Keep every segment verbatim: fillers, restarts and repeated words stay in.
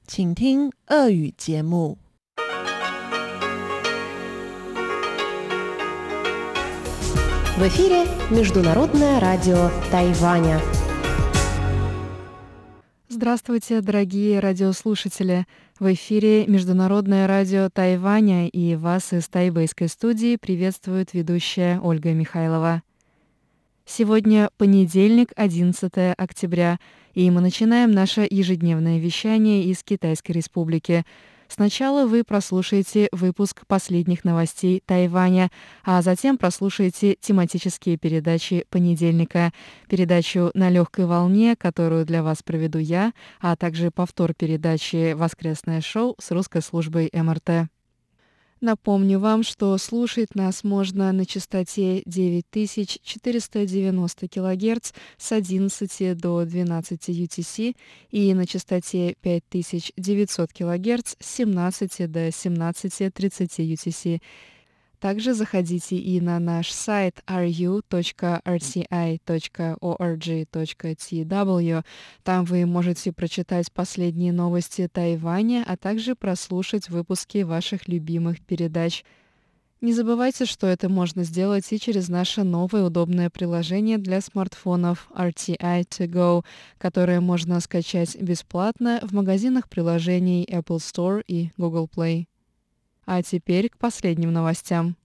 请听俄语节目。 В эфире Международное радио Тайваня. Здравствуйте, дорогие радиослушатели! В эфире Международное радио Тайваня, и вас из тайбэйской студии приветствует ведущая Ольга Михайлова. Сегодня понедельник, одиннадцатое октября, и мы начинаем наше ежедневное вещание из Китайской Республики. Сначала вы прослушаете выпуск последних новостей Тайваня, а затем прослушаете тематические передачи понедельника, передачу «На легкой волне», которую для вас проведу я, а также повтор передачи «Воскресное шоу» с русской службой эм эр тэ. Напомню вам, что слушать нас можно на частоте девять тысяч четыреста девяносто килогерц с одиннадцати до двенадцати ю ти си и на частоте пять тысяч девятьсот килогерц с семнадцати до семнадцати тридцати ю ти си. Также заходите и на наш сайт ар ю точка эр ти ай точка орг точка ти дабл ю. Там вы можете прочитать последние новости Тайваня, а также прослушать выпуски ваших любимых передач. Не забывайте, что это можно сделать и через наше новое удобное приложение для смартфонов ар ти ай To Go, которое можно скачать бесплатно в магазинах приложений Apple Store и Google Play. А теперь к последним новостям.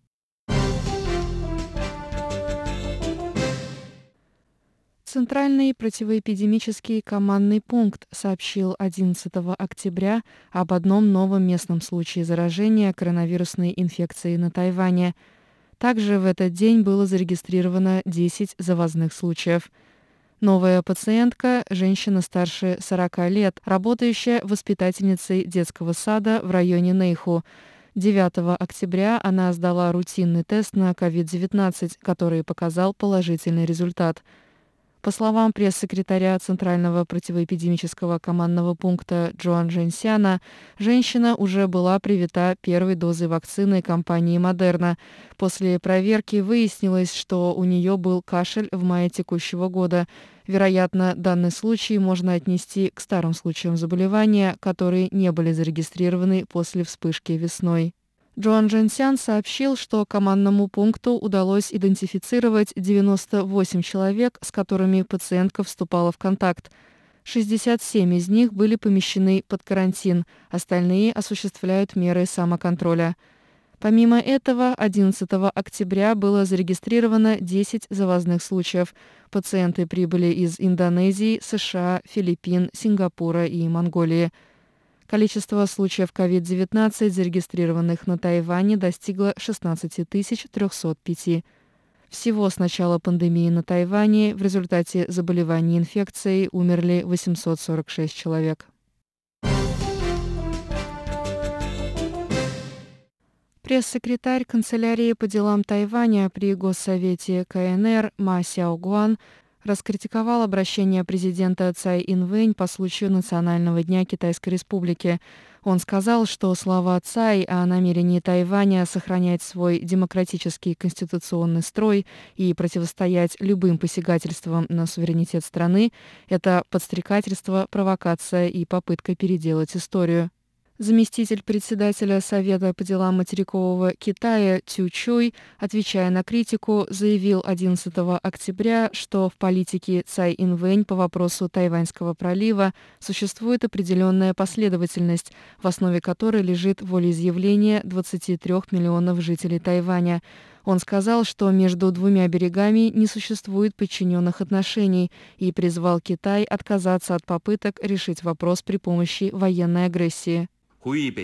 Центральный противоэпидемический командный пункт сообщил одиннадцатого октября об одном новом местном случае заражения коронавирусной инфекцией на Тайване. Также в этот день было зарегистрировано десять завозных случаев. Новая пациентка – женщина старше сорока лет, работающая воспитательницей детского сада в районе Нэйху. девятого октября она сдала рутинный тест на ковид девятнадцать, который показал положительный результат. По словам пресс-секретаря Центрального противоэпидемического командного пункта Джоан Жэньсяна, женщина уже была привита первой дозой вакцины компании Модерна. После проверки выяснилось, что у нее был кашель в мае текущего года. Вероятно, данный случай можно отнести к старым случаям заболевания, которые не были зарегистрированы после вспышки весной. Джоан Жэньсян сообщил, что командному пункту удалось идентифицировать девяносто восемь человек, с которыми пациентка вступала в контакт. шестьдесят семь из них были помещены под карантин, остальные осуществляют меры самоконтроля. Помимо этого, одиннадцатого октября было зарегистрировано десять завозных случаев. Пациенты прибыли из Индонезии, США, Филиппин, Сингапура и Монголии. Количество случаев ковид девятнадцать, зарегистрированных на Тайване, достигло шестнадцать тысяч триста пять. Всего с начала пандемии на Тайване в результате заболевания инфекцией умерли восемьсот сорок шесть человек. Пресс-секретарь канцелярии по делам Тайваня при Госсовете ка эн эр Ма Сяогуан раскритиковал обращение президента Цай Инвэнь по случаю Национального дня Китайской Республики. Он сказал, что слова Цай о намерении Тайваня сохранять свой демократический конституционный строй и противостоять любым посягательствам на суверенитет страны – это подстрекательство, провокация и попытка переделать историю. Заместитель председателя Совета по делам материкового Китая Цю Чуй, отвечая на критику, заявил одиннадцатого октября, что в политике Цай Инвэнь по вопросу Тайваньского пролива существует определенная последовательность, в основе которой лежит волеизъявление двадцати трёх миллионов жителей Тайваня. Он сказал, что между двумя берегами не существует подчиненных отношений и призвал Китай отказаться от попыток решить вопрос при помощи военной агрессии. Я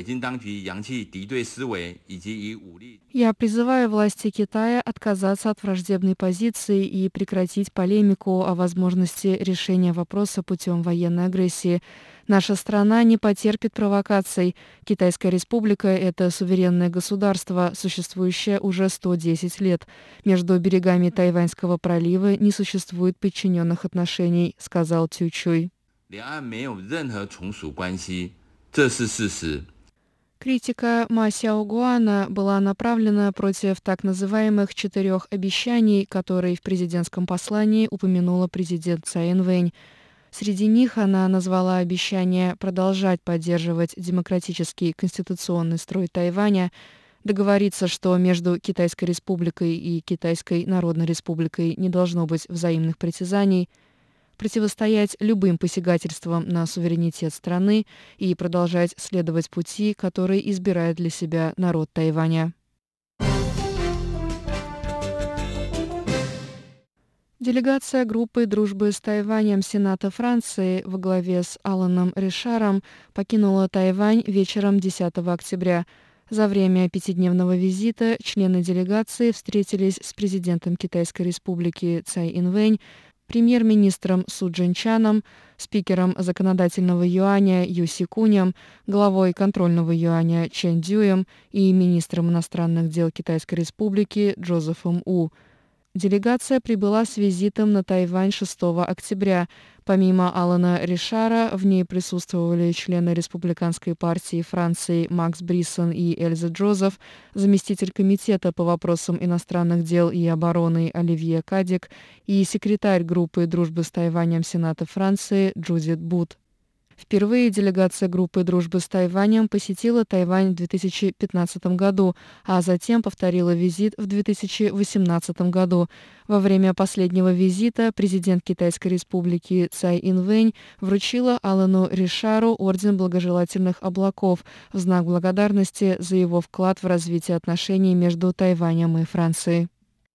призываю власти Китая отказаться от враждебной позиции и прекратить полемику о возможности решения вопроса путем военной агрессии. Наша страна не потерпит провокаций. Китайская республика – это суверенное государство, существующее уже сто десять лет. Между берегами Тайваньского пролива не существует подчиненных отношений, сказал Цю Чуй. Критика Ма Сяогуана была направлена против так называемых четырех обещаний, которые в президентском послании упомянула президент Цай Инвэнь. Среди них она назвала обещание продолжать поддерживать демократический конституционный строй Тайваня, договориться, что между Китайской Республикой и Китайской Народной Республикой не должно быть взаимных притязаний, противостоять любым посягательствам на суверенитет страны и продолжать следовать пути, который избирает для себя народ Тайваня. Делегация группы дружбы с Тайванем Сената Франции во главе с Аланом Ришаром покинула Тайвань вечером десятого октября. За время пятидневного визита члены делегации встретились с президентом Китайской Республики Цай Инвэнь, премьер-министром Су Чжэньчаном, спикером законодательного юаня Ю Сикунем, главой контрольного юаня Чэнь Дюем и министром иностранных дел Китайской Республики Джозефом У. Делегация прибыла с визитом на Тайвань шестого октября. Помимо Алана Ришара, в ней присутствовали члены Республиканской партии Франции Макс Бриссон и Эльза Джозеф, заместитель комитета по вопросам иностранных дел и обороны Оливье Кадик и секретарь группы дружбы с Тайванем Сената Франции Джудит Бут. Впервые делегация группы дружбы с Тайванем посетила Тайвань в две тысячи пятнадцатом году, а затем повторила визит в две тысячи восемнадцатом году. Во время последнего визита президент Китайской Республики Цай Инвэнь вручила Алану Ришару орден благожелательных облаков в знак благодарности за его вклад в развитие отношений между Тайванем и Францией.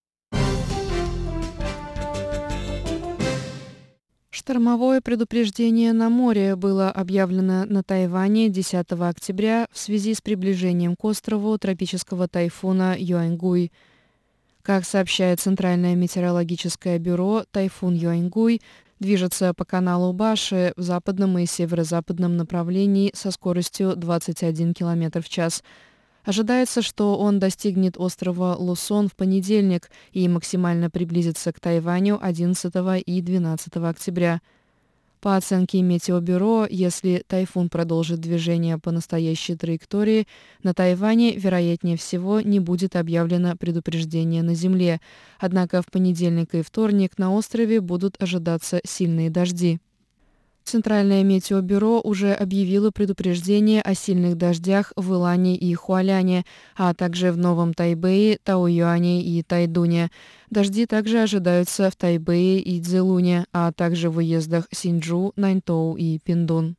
Штормовое предупреждение на море было объявлено на Тайване десятого октября в связи с приближением к острову тропического тайфуна Юаньгуй. Как сообщает Центральное метеорологическое бюро, тайфун Юаньгуй движется по каналу Баши в западном и северо-западном направлении со скоростью двадцать один километр в час. Ожидается, что он достигнет острова Лусон в понедельник и максимально приблизится к Тайваню одиннадцатого и двенадцатого октября. По оценке Метеобюро, если тайфун продолжит движение по настоящей траектории, на Тайване, вероятнее всего, не будет объявлено предупреждение на земле. Однако в понедельник и вторник на острове будут ожидаться сильные дожди. Центральное метеобюро уже объявило предупреждение о сильных дождях в Илане и Хуаляне, а также в Новом Тайбэе, Таоюане и Тайдуне. Дожди также ожидаются в Тайбэе и Цзилуне, а также в уездах Синьчжу, Наньтоу и Пиндун.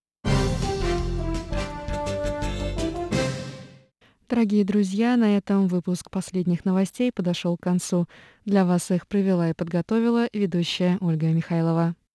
Дорогие друзья, на этом выпуск последних новостей подошел к концу. Для вас их провела и подготовила ведущая Ольга Михайлова.